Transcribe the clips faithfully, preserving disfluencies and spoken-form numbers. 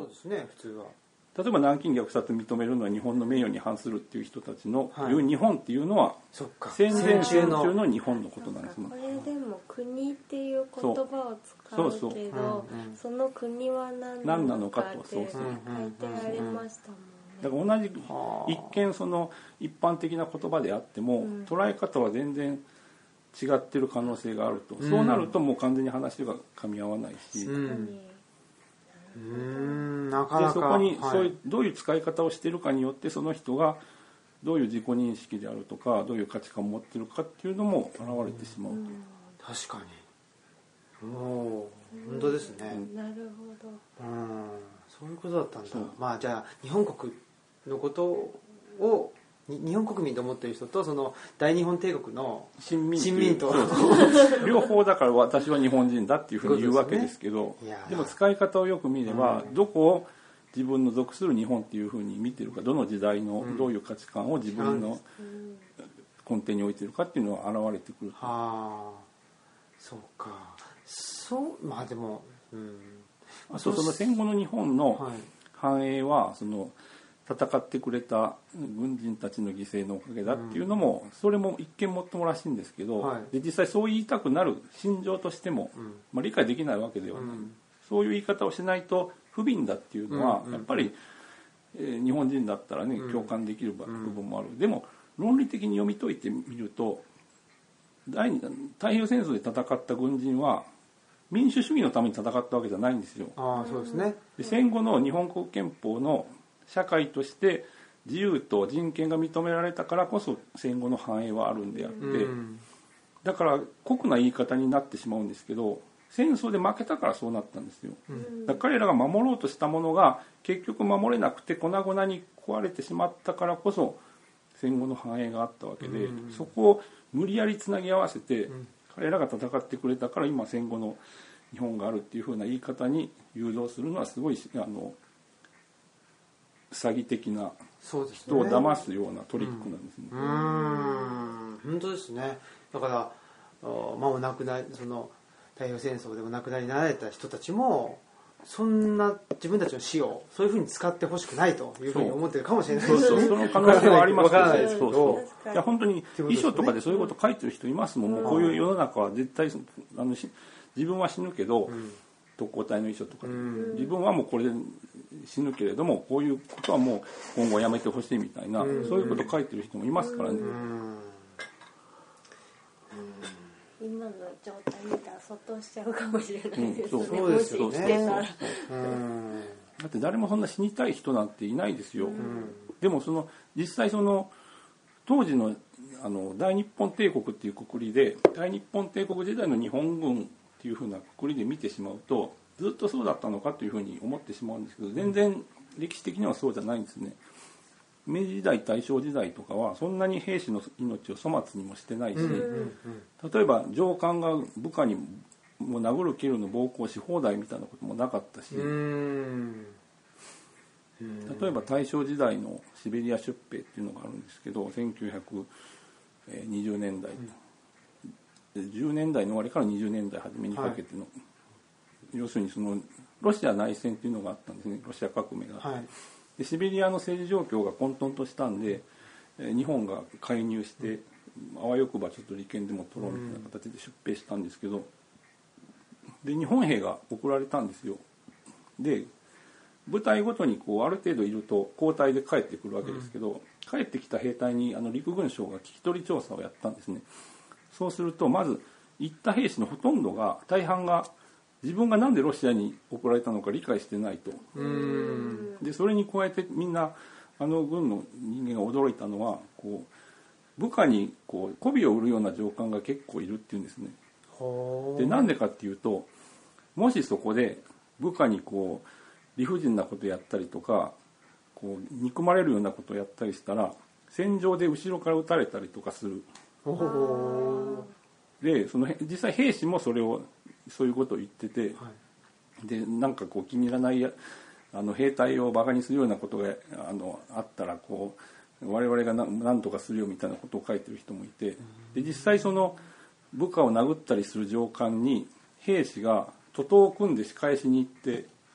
そうですね、普通は。 例えば南京虐殺を認めるのは日本の名誉に反するっていう人たちのはい言う日本っていうのは、 そっか、 戦前戦戦中の日本のことなんですね。 これでも国っていう言葉を使うけど、 そうそううんうん、 その国は何何なのかなのかと、 って書いそうそうてありましたもんね。 だから同じはあ一見その一般的な言葉であっても、 うん捉え方は全然違ってる可能性があると、 うんそうなるともう完全に話が噛み合わないし、 うんうー確ん、なかなかでそこにはいそういうどういう使い方をしているかによってその人がどういう自己認識であるとかどういう価値観を持っているかっていうのも現れてしまうと、 かに、 確かに、おお、本当ですね、 うん、なるほど。 うん、そういうことだったんだそう。 まあじゃあ日本国のことをに日本国民と思っている人とその大日本帝国の親民親民とそうそう両方だから私は日本人だっていうふうに言うわけですけど、 そうですねいやでも使い方をよく見れば、 うんどこを自分の属する日本っていうふうに見てるか、どの時代のどういう価値観を自分のうん根底に置いてるかっていうのが現れてくると。 はあ、そうか、そうまあでも、うん、 あとその戦後の日本のはい繁栄はその戦ってくれた軍人たちの犠牲のおかげだっていうのも、それも一見もっともらしいんですけど、 はいで実際そう言いたくなる心情としても、 うんまあ、理解できないわけではない、 うんそういう言い方をしないと不憫だっていうのは、 うんうんやっぱり、えー日本人だったらねうん共感できる部分もある、でも論理的に読み解いてみると第二太平洋戦争で戦った軍人は民主主義のために戦ったわけじゃないんですよ。 ああそうですね、 で戦後の日本国憲法の社会として自由と人権が認められたからこそ戦後の繁栄はあるんであって、 うんだから酷な言い方になってしまうんですけど戦争で負けたからそうなったんですよ。だから彼らが守ろうとしたものが結局守れなくて粉々に壊れてしまったからこそ戦後の繁栄があったわけで、 うんそこを無理やりつなぎ合わせて、 ん彼らが戦ってくれたから今戦後の日本があるっていう風な言い方に誘導するのはすごいあの詐欺的なそうですね、 人を騙すようなトリックなんですね。 うーん、本当ですね。だからあまあお亡くなりその太平洋戦争でお亡くなりになられた人たちもそんな自分たちの死をそういうふうに使ってほしくないというふうに思ってるかもしれないですね。 そうそう、その可能性はありますけど、 わからないですけどそうそう確かにいや本当にてことですね遺書とかでそういうこと書いてる人いますもん、もうこういう世の中は絶対あのし自分は死ぬけど、 ん特攻隊の遺書とかで、 うん自分はもうこれで死ぬけれどもこういうことはもう今後やめてほしいみたいな、 うんそういうこと書いてる人もいますからね。 うん今の状態見たらそっとしちゃうかもしれないですね、 うんそうそうですよねもし生きてたら。 うんだって誰もそんな死にたい人なんていないですよ、 んでもその実際その当時のあの大日本帝国っていうくくりで大日本帝国時代の日本軍っていうふうなくくりで見てしまうとずっとそうだったのかというふうに思ってしまうんですけど全然歴史的にはそうじゃないんですね。明治時代大正時代とかはそんなに兵士の命を粗末にもしてないし、 うん例えば上官が部下にもう殴る蹴るの暴行し放題みたいなこともなかったし、 うん例えば大正時代のシベリア出兵っていうのがあるんですけどせんきゅうひゃくにじゅうねんだい、でじゅうねんだいの終わりからにじゅうねんだい初めにかけての、はい、要するにそのロシア内戦っていうのがあったんですね。ロシア革命があって、 はい、 でシベリアの政治状況が混沌としたんで日本が介入して、うん、あわよくばちょっと利権でも取ろうみたいな形で出兵したんですけど、で日本兵が送られたんですよ。で部隊ごとにこうある程度いると交代で帰ってくるわけですけど、うん、帰ってきた兵隊にあの陸軍省が聞き取り調査をやったんですね。そうするとまず行った兵士のほとんどが大半が自分がなんでロシアに送られたのか理解してないと。 うんでそれに加えてみんなあの軍の人間が驚いたのはこう部下にこう媚びを売るような上官が結構いるっていうんですね。でなんでかっていうともしそこで部下にこう理不尽なことやったりとかこう憎まれるようなことをやったりしたら戦場で後ろから撃たれたりとかする。でその実際兵士もそれをそういうことを言ってて、はい、でなんかこう気に入らないあの兵隊をバカにするようなことが あ, のあったらこう我々が何とかするよみたいなことを書いてる人もいて、で実際その部下を殴ったりする上官に兵士が徒党を組んで仕返しに行って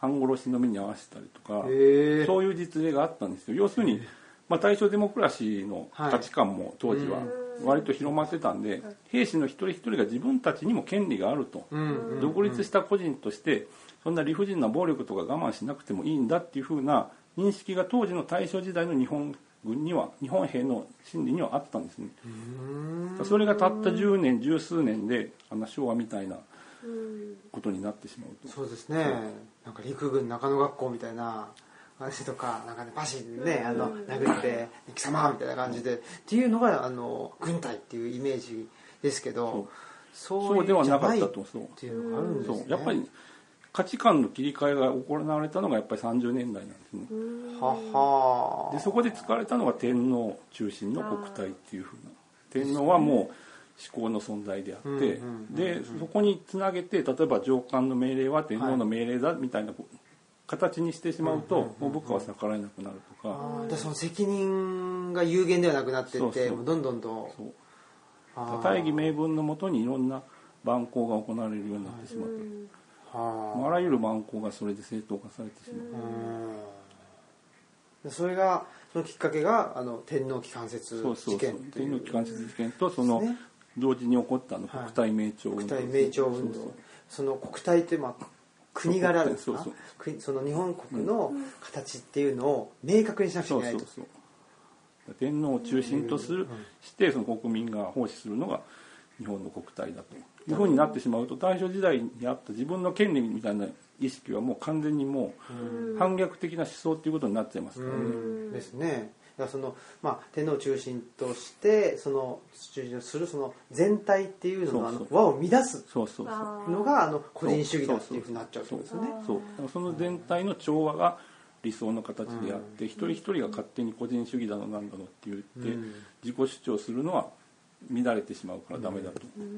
半殺しの目に合わせたりとか、 へーそういう実例があったんですよ。要するに、まあ、大正デモクラシーの価値観も当時は割と広まってたんで、兵士の一人一人が自分たちにも権利があると、 うん独立した個人としてそんな理不尽な暴力とか我慢しなくてもいいんだっていう風な認識が当時の大正時代の日本軍には、日本兵の心理にはあったんですね。それがたったじゅうねん十数年であんな昭和みたいなことになってしまうと。 そうですね、なんか陸軍中野学校みたいな話とか、なんかねバシンねあの殴って「貴様!」みたいな感じでっていうのがあの軍隊っていうイメージですけど、 そうそうではなかったと。そうっていうのがあるんですね。 そうやっぱり価値観の切り替えが行われたのがやっぱりさんじゅうねんだいなんですね。 ははでそこで使われたのが天皇中心の国体っていうふうな、天皇はもう思考の存在であって、 うんうんうんうん、 でそこにつなげて、例えば上官の命令は天皇の命令だみたいな形にしてしまうと、はい、もう部下は逆らえなくなるとか、 あでその責任が有限ではなくなっていって、もうどんどんとそう大義名分のもとにいろんな蛮行が行われるようになってしまうと、はい、あらゆる蛮行がそれで正当化されてしまう。 うん、それがそのきっかけがあの天皇機関節事件という、 天皇機関節事件とその同時に起こったの国体明朝運動、 はい、国体明朝運動、その国体ってまあ国柄ですか、そうそうその日本国の形っていうのを明確にしなくちゃいけないと。そうそうそう、 天皇を中心とする、うん、してその国民が奉仕するのが日本の国体だというふうになってしまうと、大正時代にあった自分の権利みたいな意識はもう完全にもう反逆的な思想っていうことになっちゃいますからね。 うんですね。だからそのまあ、天皇を中心としてその中心とするその全体っていうのがあの和を乱すのがあの個人主義だっていうふうになっちゃうってことですよね。 そうそう、その全体の調和が理想の形であって、うん、一人一人が勝手に個人主義だのなんだのって言って、うん、自己主張するのは乱れてしまうからダメだと、うんうん、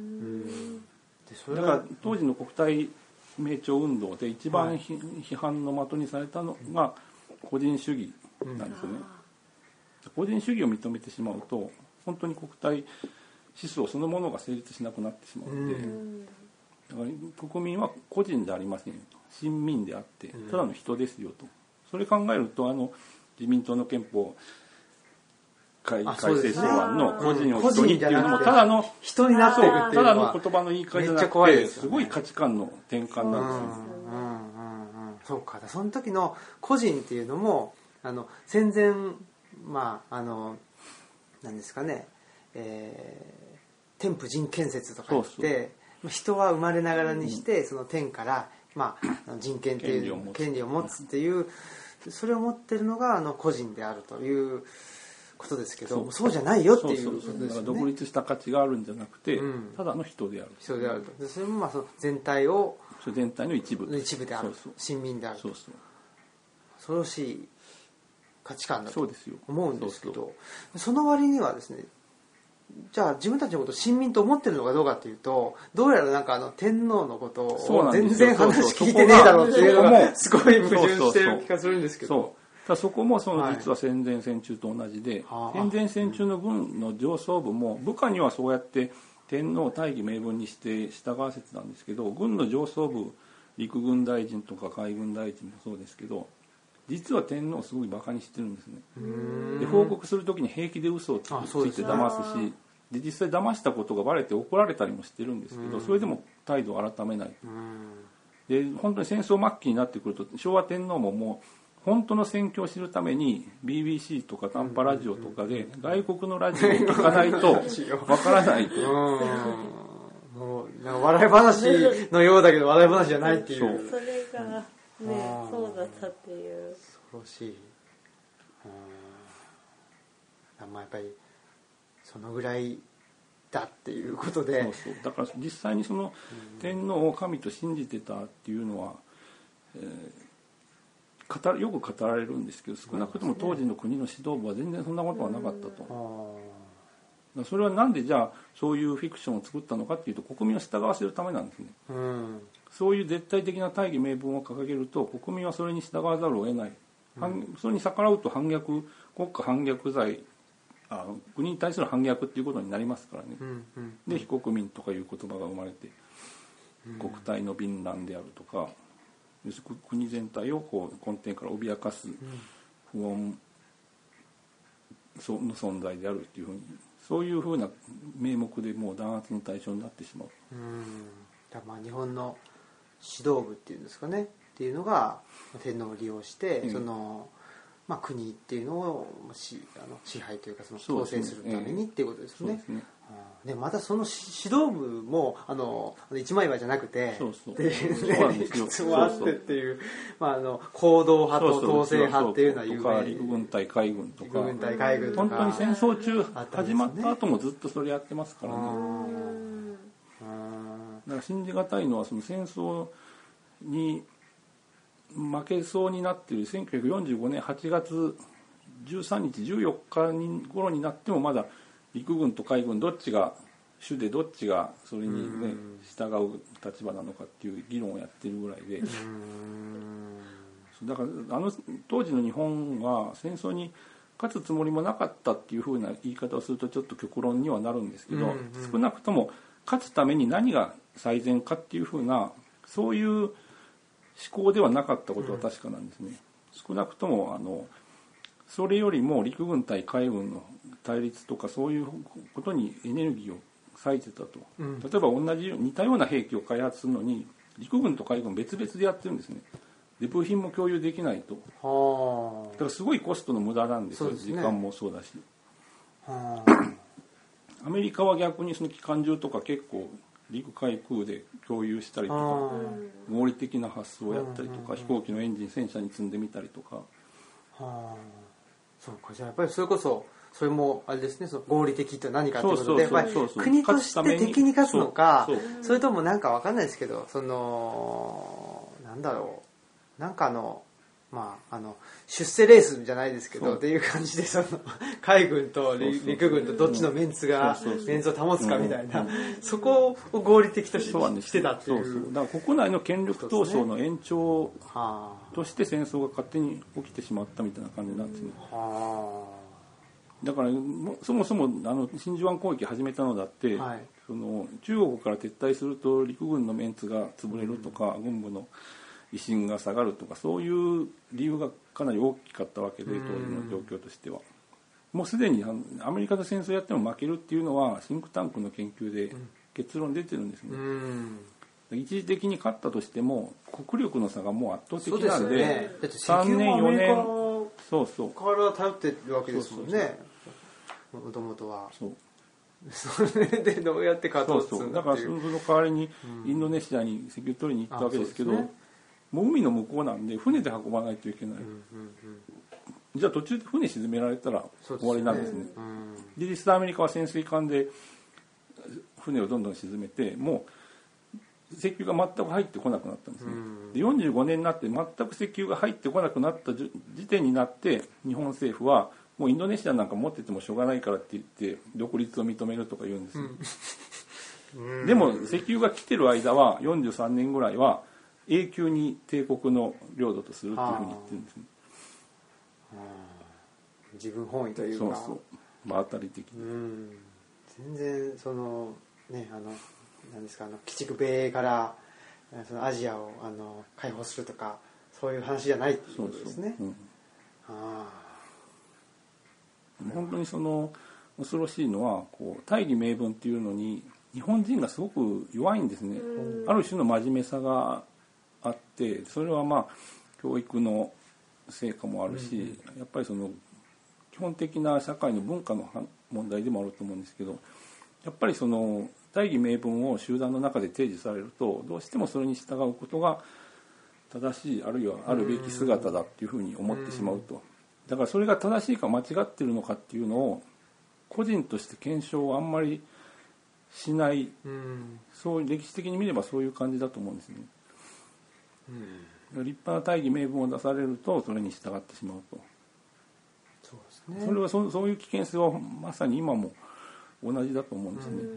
でそれだから当時の国体明朝運動で一番、はい、批判の的にされたのが個人主義なんですよね、うん、個人主義を認めてしまうと本当に国体思想そのものが成立しなくなってしまうので、うん、だから国民は個人でありませんよと、臣民であってただの人ですよと、それ考えるとあの自民党の憲法改正草案の個人を人にっていうのもただの人になってるっていうのはただの言葉の言い換えじゃなくてすごい価値観の転換なんですよ。 うんうんうんうん、そうか、その時の個人っていうのもあの戦前まああのなんですかね、えー、天賦人権説とか言って、そうそう、人は生まれながらにして、うん、その天からまあ、人権っていう権利を持つっていうそれを持ってるのがあの個人であるということですけど、そう、そうじゃないよっていうことですよね。だから独立した価値があるんじゃなくて、うん、ただの人である人であると。でそれもまあその全体を全体の一部の一部である、そうそう、親民であると。そうそう、恐ろしい価値観だと思うんですけど、そうそう、その割にはですね、じゃあ自分たちのことを親民と思ってるのかどうかというと、どうやらなんかあの天皇のことを全然話聞いてねえだろうっていうのがすごい矛盾してる気がするんですけど、 そうだそこもその実は戦前戦中と同じで、はい、戦前戦中の軍の上層部も部下にはそうやって天皇を大義名分にして従わせてたんですけど、軍の上層部陸軍大臣とか海軍大臣もそうですけど、実は天皇をすごいバカにしてるんですね。で報告する時に平気で嘘をついて騙すし、で実際騙したことがバレて怒られたりもしてるんですけど、それでも態度を改めない。で本当に戦争末期になってくると昭和天皇ももう本当の戦況を知るために ビービーシー とか短波ラジオとかで外国のラジオを聞かないとわからないと。 もうなんか笑い話のようだけど笑い話じゃないっていう。 それがね、そうだったっていう。 恐ろしい。うん、まあやっぱりそのぐらいだっていうことで、 そうそうだから実際にその天皇を神と信じてたっていうのは、えー、語よく語られるんですけど、少なくとも当時の国の指導部は全然そんなことはなかったと。それはなんでじゃあそういうフィクションを作ったのかっていうと、国民を従わせるためなんですね。うん、そういう絶対的な大義名分を掲げると国民はそれに従わざるを得ない、うん、それに逆らうと反逆国家反逆罪、あ国に対する反逆っていうことになりますからね、うんうん、で非国民とかいう言葉が生まれて、うん、国体の敏乱であるとか国全体をこう根底から脅かす不穏の存在であるっていうふうに、そういうふうな名目でもう弾圧の対象になってしまう。 うん、だからまあ日本の指導部っていうんですかねっていうのが天皇を利用して、うん、そのまあ、国っていうのをしあの支配というかその統制するためにっていうことですね。そうですね。でまたその指導部もあの一枚岩じゃなくてっていうね、いくつもあってっていう、まあ、あの行動派と統制派っていうのは有名。 陸軍対海軍とか、 陸軍対海軍とか本当に戦争中始まった後もずっとそれやってますからね。だから信じがたいのはその戦争に負けそうになっているせんきゅうひゃくよんじゅうごねんはちがつじゅうさんにちじゅうよっかに頃になってもまだ陸軍と海軍どっちが主でどっちがそれに、ね、従う立場なのかっていう議論をやってるぐらいで、だからあの当時の日本は戦争に勝つつもりもなかったっていうふうな言い方をするとちょっと極論にはなるんですけど、少なくとも勝つために何が最善かっていうふうなそういう思考ではなかったことは確かなんですね。うん、少なくともあのそれよりも陸軍対海軍の対立とかそういうことにエネルギーを割いてたと、うん、例えば同じ似たような兵器を開発するのに陸軍と海軍別々でやってるんですね。で部品も共有できないと。はだからすごいコストの無駄なんですよ。そうですね、時間もそうだし。はアメリカは逆にその機関銃とか結構陸海空で共有したりとか合理的な発想をやったりとか飛行機のエンジン戦車に積んでみたりとか。はあ、 そうか。じゃあやっぱりそれこそそれもあれですね、その合理的って何かっていうことで国として敵に勝つのか、そうそうそうそれともなんか分かんないですけど、そのなんだろう、なんかあのまああの出世レースじゃないですけどっていう感じでその海軍と陸軍とどっちのメンツがメンツを保つかみたいな、そこを合理的としてたっていう。 そうそうだから国内の権力闘争の延長として戦争が勝手に起きてしまったみたいな感じなんですね。はあだからそもそもあの真珠湾攻撃始めたのだって、はい、その中国から撤退すると陸軍のメンツが潰れるとか、うん、軍部の威信が下がるとかそういう理由がかなり大きかったわけで、当時の状況としてはもうすでにアメリカと戦争やっても負けるっていうのはシンクタンクの研究で結論出てるんですね。うん一時的に勝ったとしても国力の差がもう圧倒的なんで、ね、さんねんよねんそうそうから頼ってるわけですもんね。もともとはそうそれでどうやって勝とうとするんだっていう。 そうそうだからその代わりにインドネシアに石油取りに行ったわけですけど、うんね、もう海の向こうなんで船で運ばないといけない、うんうんうん、じゃあ途中で船沈められたら終わりなんですね。で、うん、実際アメリカは潜水艦で船をどんどん沈めてもう石油が全く入ってこなくなったんですね。でよんじゅうごねんになって全く石油が入ってこなくなった時点になって日本政府はもうインドネシアなんか持っててもしょうがないからって言って独立を認めるとか言うんですよ。うん、でも石油が来てる間はよんじゅうさんねんぐらいは永久に帝国の領土とするっていうふうに言ってるんですね。 自分本位というかそうそう、まあ、当たり的にうん全然そのねあのなんですかあの鬼畜米英からそのアジアをあの解放するとかそういう話じゃないっていうことですね。そうそう、うん、あ本当にその恐ろしいのはこう大義名分っていうのに日本人がすごく弱いんですね。ある種の真面目さがあってそれはまあ教育の成果もあるし、うん、やっぱりその基本的な社会の文化の問題でもあると思うんですけど、やっぱりその大義名分を集団の中で提示されるとどうしてもそれに従うことが正しいあるいはあるべき姿だっていうふうに思ってしまうと。だからそれが正しいか間違ってるのかっていうのを個人として検証をあんまりしない、うん、そう歴史的に見ればそういう感じだと思うんですね。うん、立派な大義名分を出されるとそれに従ってしまうと。そうですね。それは そ, そういう危険性はまさに今も同じだと思うんですね。うんうんうん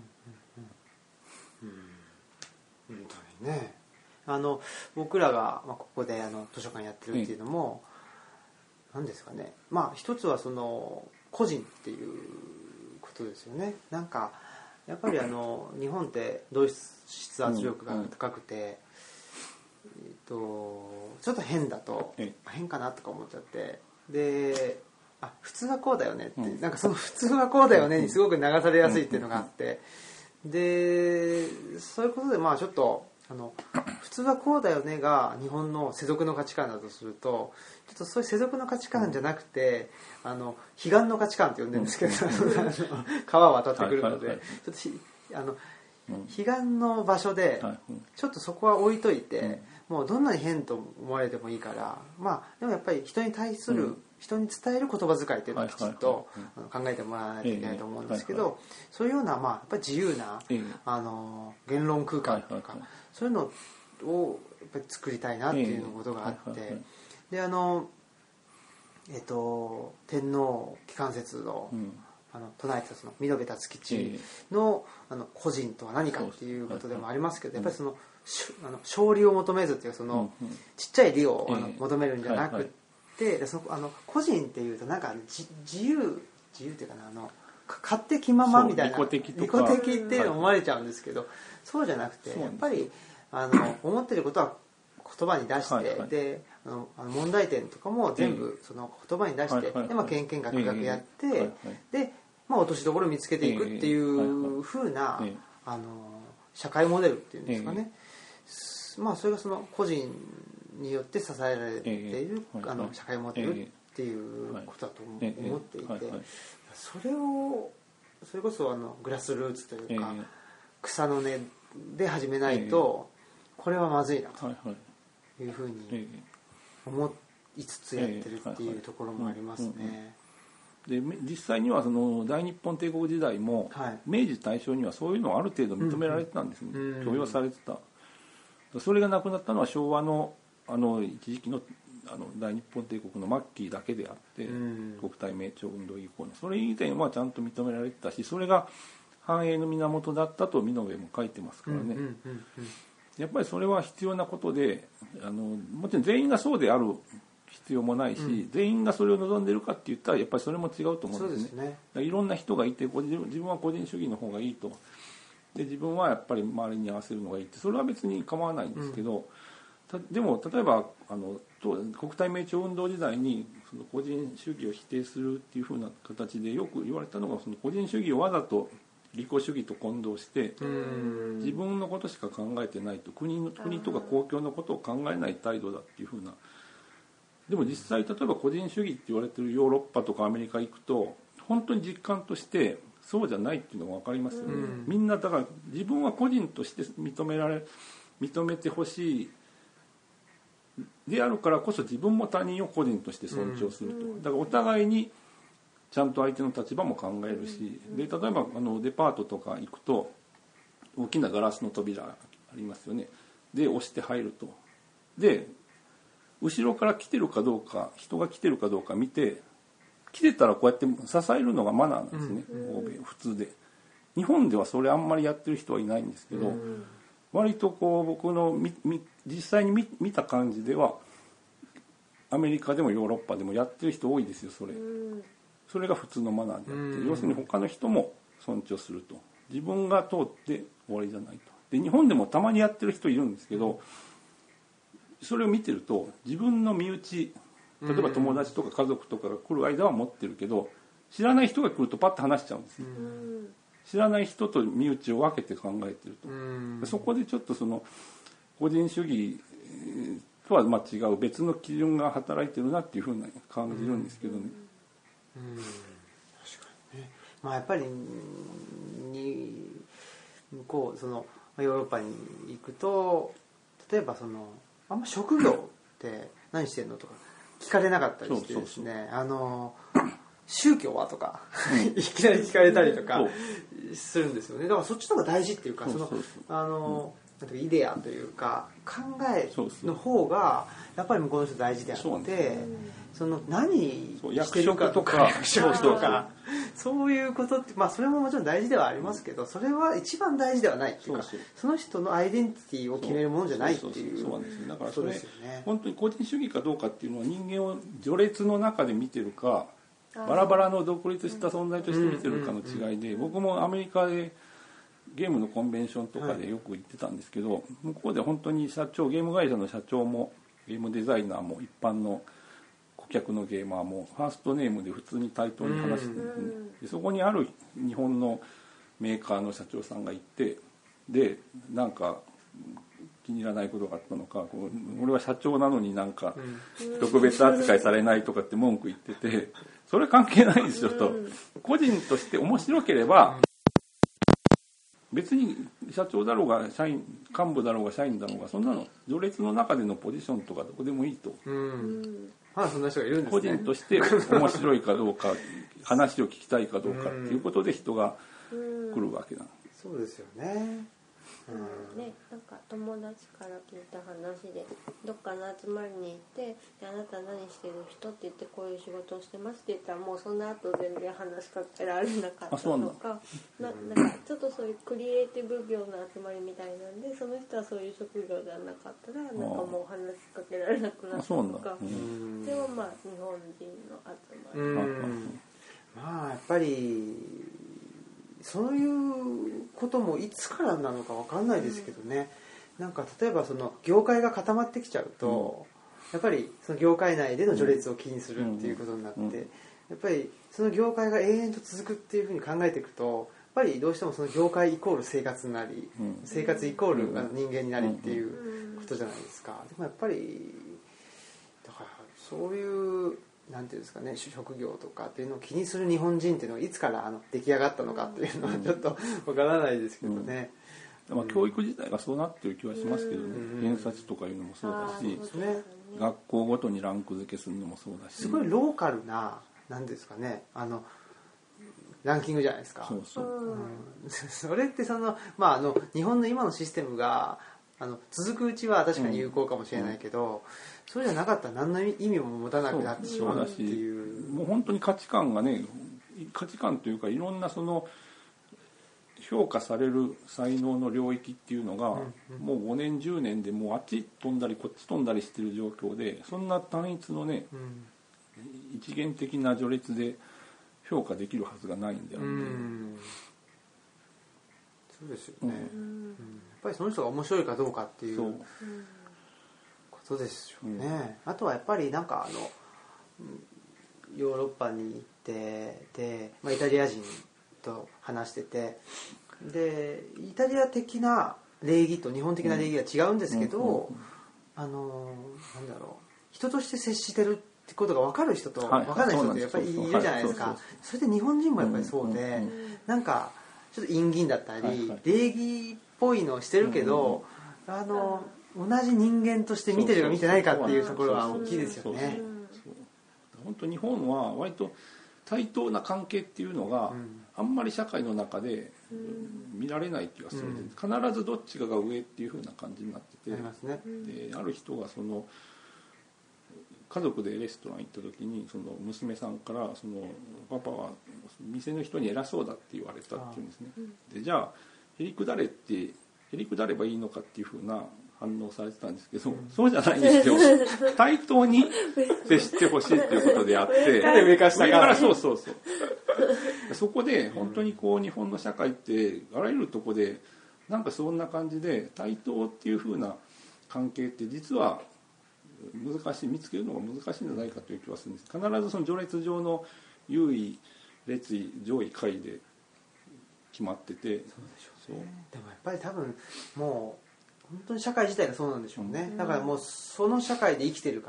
うん、本当にね。あの僕らがここであの図書館やってるっていうのも、ええなんですかね、まあ一つはその個人っていうことですよね。なんかやっぱりあの日本って同質圧力が高くて、うんうん、 とちょっと変だと、 ええ、 変かなとか思っちゃって、であ普通はこうだよねって、 うん、 なんかその普通はこうだよねにすごく流されやすいっていうのがあって、でそういうことでまあちょっとあの普通はこうだよねが日本の世俗の価値観だとすると、ちょっとそういう世俗の価値観じゃなくて、あの彼岸の価値観って呼んでるんですけど、うん、川を渡ってくるので、はいはいはい、ちょっとひあの、うん、彼岸の場所でちょっとそこは置いといて、うん、もうどんなに変と思われてもいいから、まあでもやっぱり人に対する、うん、人に伝える言葉遣いっていうのはきちっと考えてもらわないといけないと思うんですけど、そういうようなまあやっぱり自由なあの言論空間とかそういうのをやっぱり作りたいなっていうことがあって、であのえっと天皇機関説のあの唱えてたその見延達吉のあの個人とは何かっていうことでもありますけど、やっぱりそのあの勝利を求めずっていうそのちっちゃい利をあの求めるんじゃなくて。でそのあの個人っていうとなんか自由自由っていうかな、あの勝手気ままみたいな利己的とか利己的って思われちゃうんですけど、はい、そうじゃなくてやっぱりあの思ってることは言葉に出して、はいはい、であの問題点とかも全部その言葉に出して、えー、でまあけんけんがくがくやって、えーはいはい、でまあ落としどころを見つけていくっていう風な、えーはいはい、あの社会モデルっていうんですかね、えー、まあそれがその個人によって支えられている、えー、あの社会モデルっていうことだと思っていて、それをそれこそあのグラスルーツというか、えー、草の根で始めないとこれはまずいなというふうに思いつつやってるっていうところもありますね。 で実際にはその大日本帝国時代も、はい、明治大正にはそういうのはある程度認められてたんですね、うんうん、許容されてた。それがなくなったのは昭和のあの一時期 の, あの大日本帝国の末期だけであって、うん、国体名朝運動以降のそれ以前はちゃんと認められてたし、それが繁栄の源だったと美濃部も書いてますからね、うんうんうんうん、やっぱりそれは必要なことで、あのもちろん全員がそうである必要もないし、うん、全員がそれを望んでるかって言ったらやっぱりそれも違うと思うんですね。そうですね。いろんな人がいて自分は個人主義の方がいいと、で自分はやっぱり周りに合わせるのがいいって、それは別に構わないんですけど、うん、でも例えばあの国体名朝運動時代にその個人主義を否定するっていう風な形でよく言われたのが、その個人主義をわざと利己主義と混同して自分のことしか考えてないと、国の国とか公共のことを考えない態度だっていう風な。でも実際例えば個人主義って言われてるヨーロッパとかアメリカ行くと本当に実感としてそうじゃないっていうのが分かりますよね。みんなだから自分は個人として認められ認めてほしいであるからこそ自分も他人を個人として尊重すると。だからお互いにちゃんと相手の立場も考えるし、で例えばあのデパートとか行くと大きなガラスの扉ありますよね。で押して入ると、で後ろから来てるかどうか、人が来てるかどうか見て、来てたらこうやって支えるのがマナーなんですね、欧米普通で。日本ではそれあんまりやってる人はいないんですけど、割とこう僕のみみ実際に 見, 見た感じではアメリカでもヨーロッパでもやってる人多いですよ。それそれが普通のマナーであって、要するに他の人も尊重すると、自分が通って終わりじゃないと。で日本でもたまにやってる人いるんですけど、それを見てると自分の身内、例えば友達とか家族とかが来る間は持ってるけど、知らない人が来るとパッと話しちゃうんですよ。知らない人と身内を分けて考えてると、そこでちょっとその個人主義とはまあ違う別の基準が働いてるなっていうふうな感じるんですけどね。 うん、確かにね。まあやっぱりに向こうそのヨーロッパに行くと、例えばそのあんま職業って何してんのとか聞かれなかったりしてですね、あの宗教はとかいきなり聞かれたりとかするんですよね。だからそっちの方が大事っていうか、そのあのイデアというか考えの方がやっぱり向こうの人大事であって、その何してるかとか役職とかそういうことって、まあそれももちろん大事ではありますけど、それは一番大事ではないっていうか、その人のアイデンティティを決めるものじゃないっていう。そうなんですよ。だからそれ本当に個人主義かどうかっていうのは人間を序列の中で見てるかバラバラの独立した存在として見てるかの違いで、僕もアメリカでゲームのコンベンションとかでよく行ってたんですけど、はい、向こうで本当に社長ゲーム会社の社長もゲームデザイナーも一般の顧客のゲーマーもファーストネームで普通に対等に話してるんですね、でそこにある日本のメーカーの社長さんがいて、でなんか気に入らないことがあったのか、こう俺は社長なのになんか特別扱いされないとかって文句言ってて、それ関係ないですよと、個人として面白ければ別に社長だろうが社員幹部だろうが社員だろうがそんなの序列の中でのポジションとかどこでもいいと、 うんまあそんな人がいるんですね。 個人として面白いかどうか話を聞きたいかどうかっていうことで人が来るわけなんです。 そうですよね。 うんね、なんか友達から聞いた話でどっかの集まりに行ってであなた何してる人って言ってこういう仕事をしてますって言ったらもうその後全然話しかけられなかったとかななんかちょっとそういうクリエイティブ業の集まりみたいなんでその人はそういう職業じゃなかったらなんかもう話しかけられなくなったとか、でもまあ日本人の集まり、 うんまあやっぱりそういうこともいつからなのか分かんないですけどね、うん、なんか例えばその業界が固まってきちゃうと、うん、やっぱりその業界内での序列を気にするっていうことになって、うんうん、やっぱりその業界が永遠と続くっていうふうに考えていくとやっぱりどうしてもその業界イコール生活なり、うん、生活イコール人間になりっていうことじゃないですか。でもやっぱりだからそういうなんていうんですかね、職業とかっていうのを気にする日本人っていうのはいつからあの出来上がったのかっていうのはちょっとわからないですけどね、 うんまあ、教育自体がそうなってる気はしますけどね、うん、偏差値とかいうのもそうだし、ね、学校ごとにランク付けするのもそうだし、 すごいローカルななんですかね、あのランキングじゃないですか。 そうそう、 うん、それってその、まあ、あの日本の今のシステムがあの続くうちは確かに有効かもしれないけど、うんうん、それじゃなかったら何の意味も持たなくなってしまうっていう、 もう本当に価値観がね、価値観というかいろんなその評価される才能の領域っていうのが、うんうん、もうごねんじゅうねんでもうあっち飛んだりこっち飛んだりしてる状況で、そんな単一のね、うん、一元的な序列で評価できるはずがないんだよね、うん、 そうですよね、うん、やっぱりその人が面白いかどうかっていうことですよね、うん、あとはやっぱりなんかあのヨーロッパに行ってで、まあ、イタリア人と話してて、でイタリア的な礼儀と日本的な礼儀は違うんですけど、うんうんうん、あのなんだろう、人として接してるってことが分かる人と分からない人ってやっぱりいるじゃないですか。それで日本人もやっぱりそうで、うんうんうん、なんかちょっと陰銀だったり、はいはい、礼儀っぽいのをしてるけど、うんうんうん、あの同じ人間として見てるか見てないかっていうところは大きいですよね。 本当日本は割と対等な関係っていうのがあんまり社会の中で見られない気がする、うん、必ずどっちかが上っていう風な感じになってて、ありますね。である人がその家族でレストラン行った時にその娘さんからそのパパは店の人に偉そうだって言われたっていうんですね。でじゃあへりくだれってへりくだればいいのかっていう風な反応されてたんですけど、うん、そうじゃないんですよ。対等に接してほしいっていうことであって、 上から下からそうそうそう。そこで本当にこう日本の社会ってあらゆるとこでなんかそんな感じで対等っていう風な関係って実は難しい、見つけるのが難しいんじゃないかという気はするんです。必ずその序列上の優位列位上位下位で決まってて、そうでしょうね。 でもやっぱり多分もう本当に社会自体がそうなんでしょうね、うん、だからもうその社会で生きてるから、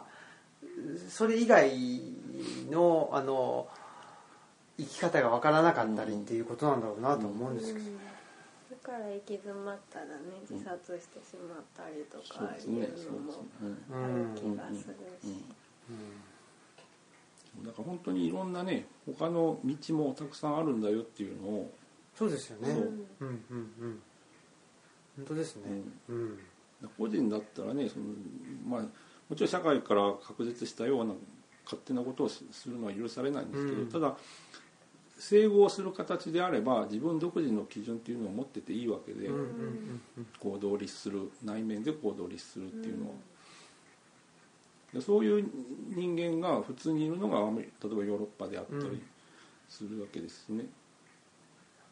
うん、それ以外 の, あの生き方が分からなかったりっていうことなんだろうなと思うんですけどね、うん、 だから行き詰まったらね自殺してしまったりとかいうのもある気がするし、 だから本当にいろんなね他の道もたくさんあるんだよっていうのを、 そうですよね、うんうんうんうん本当ですね、うん、 個人だったらねその、まあ、もちろん社会から確立したような勝手なことをするのは許されないんですけど、うん、ただ整合する形であれば自分独自の基準っていうのを持ってていいわけで、うんうんうん、行動を律する、内面で行動を律するっていうのは、うん、そういう人間が普通にいるのが例えばヨーロッパであったりするわけですね、 やっ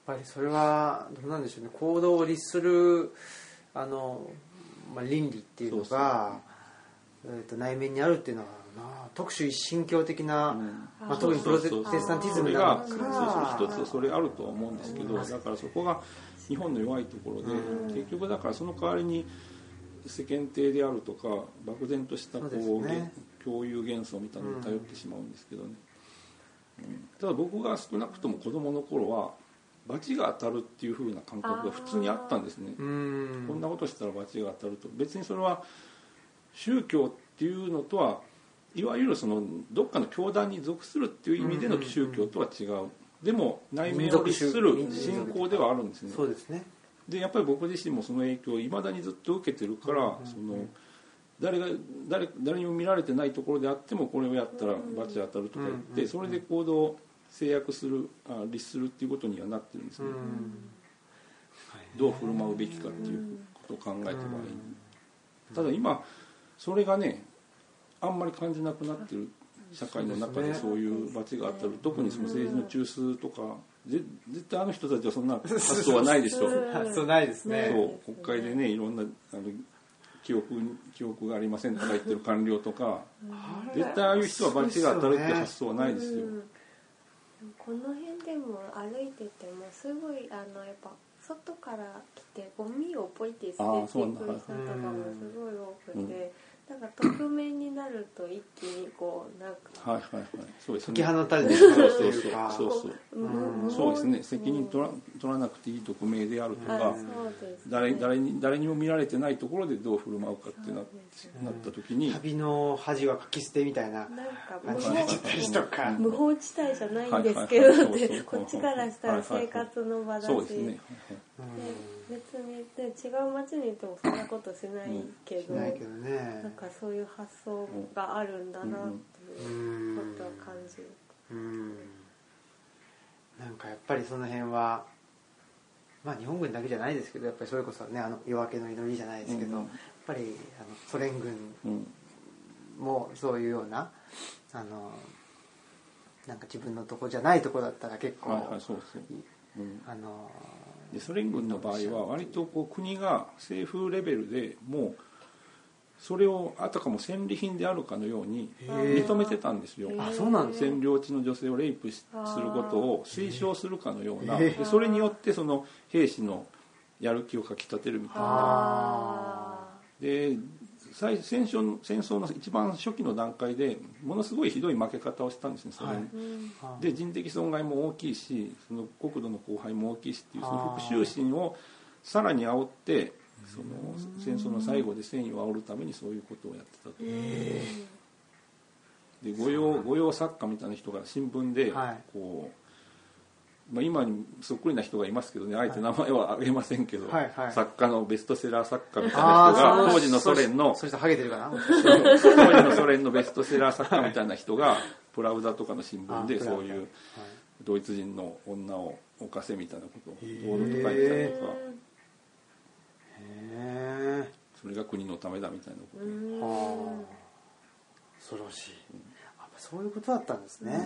ぱりそれはどうなんでしょうね、行動を律するあの、まあ、倫理っていうのがえー、と内面にあるっていうのはな、特殊一神教的な、うんまあ、特にプロテスタンティズムなのか、 それが一つそれあるとは思うんですけど、だからそこが日本の弱いところで、うん、結局だからその代わりに世間体であるとか漠然としたこう、ね、共有幻想みたいなのに頼ってしまうんですけどね、うん、ただ僕が少なくとも子供の頃は罰が当たるっていう風な感覚が普通にあったんですね。うんこんなことしたら罰が当たると、別にそれは宗教っていうのとはいわゆるそのどっかの教団に属するっていう意味での宗教とは違う、うんうんうん、でも内面を律する信仰ではあるんですね。 そうですね。 でやっぱり僕自身もその影響をいまだにずっと受けてるから、うんうんうん、その誰が 誰, 誰にも見られてないところであってもこれをやったら罰当たるとか言って、うんうんうん、それで行動を制約するあ律するっていうことにはなってるんですね、うん、どう振る舞うべきかっていうことを考えた場合に、うん、ただ今それがねあんまり感じなくなってる社会の中でそういう罰が当たる、特にその政治の中枢とか絶対あの人たちはそんな発想はないでしょ発想ないですね。 そう国会でねいろんなあの記憶記憶がありませんとか言ってる官僚とか絶対ああいう人は罰が当たるって発想はないですよ。 この辺でも歩いててもすごいあのやっぱ外から来てゴミをポイって捨てていく人とかもすごい多くて、なんか匿名になると一気にこうなんかはいはいはいそうですね、 解き放たれてしまうというかそうそうそうそうですね、責任取ら取らなくていい匿名であるとか、ね、誰誰に誰にも見られてないところでどう振る舞うかってな、なった時に旅の恥はかき捨てみたいな感じになっちゃったりとか、 無法地帯じゃないんですけどってこっちからしたら生活の場だし、そうですね。で別に、ね、違う街にいてもそんなことしないけど、うん、しないけどね、なんかそういう発想があるんだなっていうことを感じる。うんうん、 なんかやっぱりその辺はまあ日本軍だけじゃないですけど、やっぱりそれこそねあの夜明けの祈りじゃないですけど、うん、やっぱりあのソ連軍もそういうようなあのなんか自分のとこじゃないとこだったら結構、はいはい、そうそう、うん、あのでソ連軍の場合は割とこう国が政府レベルでもうそれをあたかも戦利品であるかのように認めてたんですよ。 あ、そうなんです。 占領地の女性をレイプすることを推奨するかのような、でそれによってその兵士のやる気をかきたてるみたいな。で戦争の、戦争の一番初期の段階でものすごいひどい負け方をしたんですね、それに、はい、で人的損害も大きいしその国土の荒廃も大きいしっていうその復讐心をさらに煽ってその戦争の最後で戦意を煽るためにそういうことをやってたと。で御用御用作家みたいな人が新聞でこう、まあ、今にそっくりな人がいますけどね、あえて名前は挙げませんけど、はいはい、作家のベストセラー作家みたいな人が当時のソ連のそういう人ハゲてるかな当時のソ連のベストセラー作家みたいな人がプラウダとかの新聞でそういうドイツ人の女を犯せみたいなことを堂々と書いてたりとか、へそれが国のためだみたいなこと。はあ、 恐ろしい。あ、そういうことだったんですね。は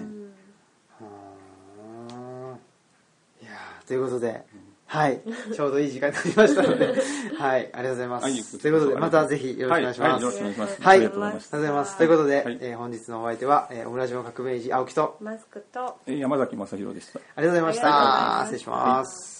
あ、いやということで、うん、はいちょうどいい時間になりましたのではいありがとうございます、はい、ということでまたぜひよろしくお願いします。はい、はい、よろしくお願いします。はい、ありがとうございます。ということで、はい、えー、本日のお相手は、えー、オムラジオ革命児青木とマスクと山崎正弘でした。 ありがとうございました。失礼します。はい。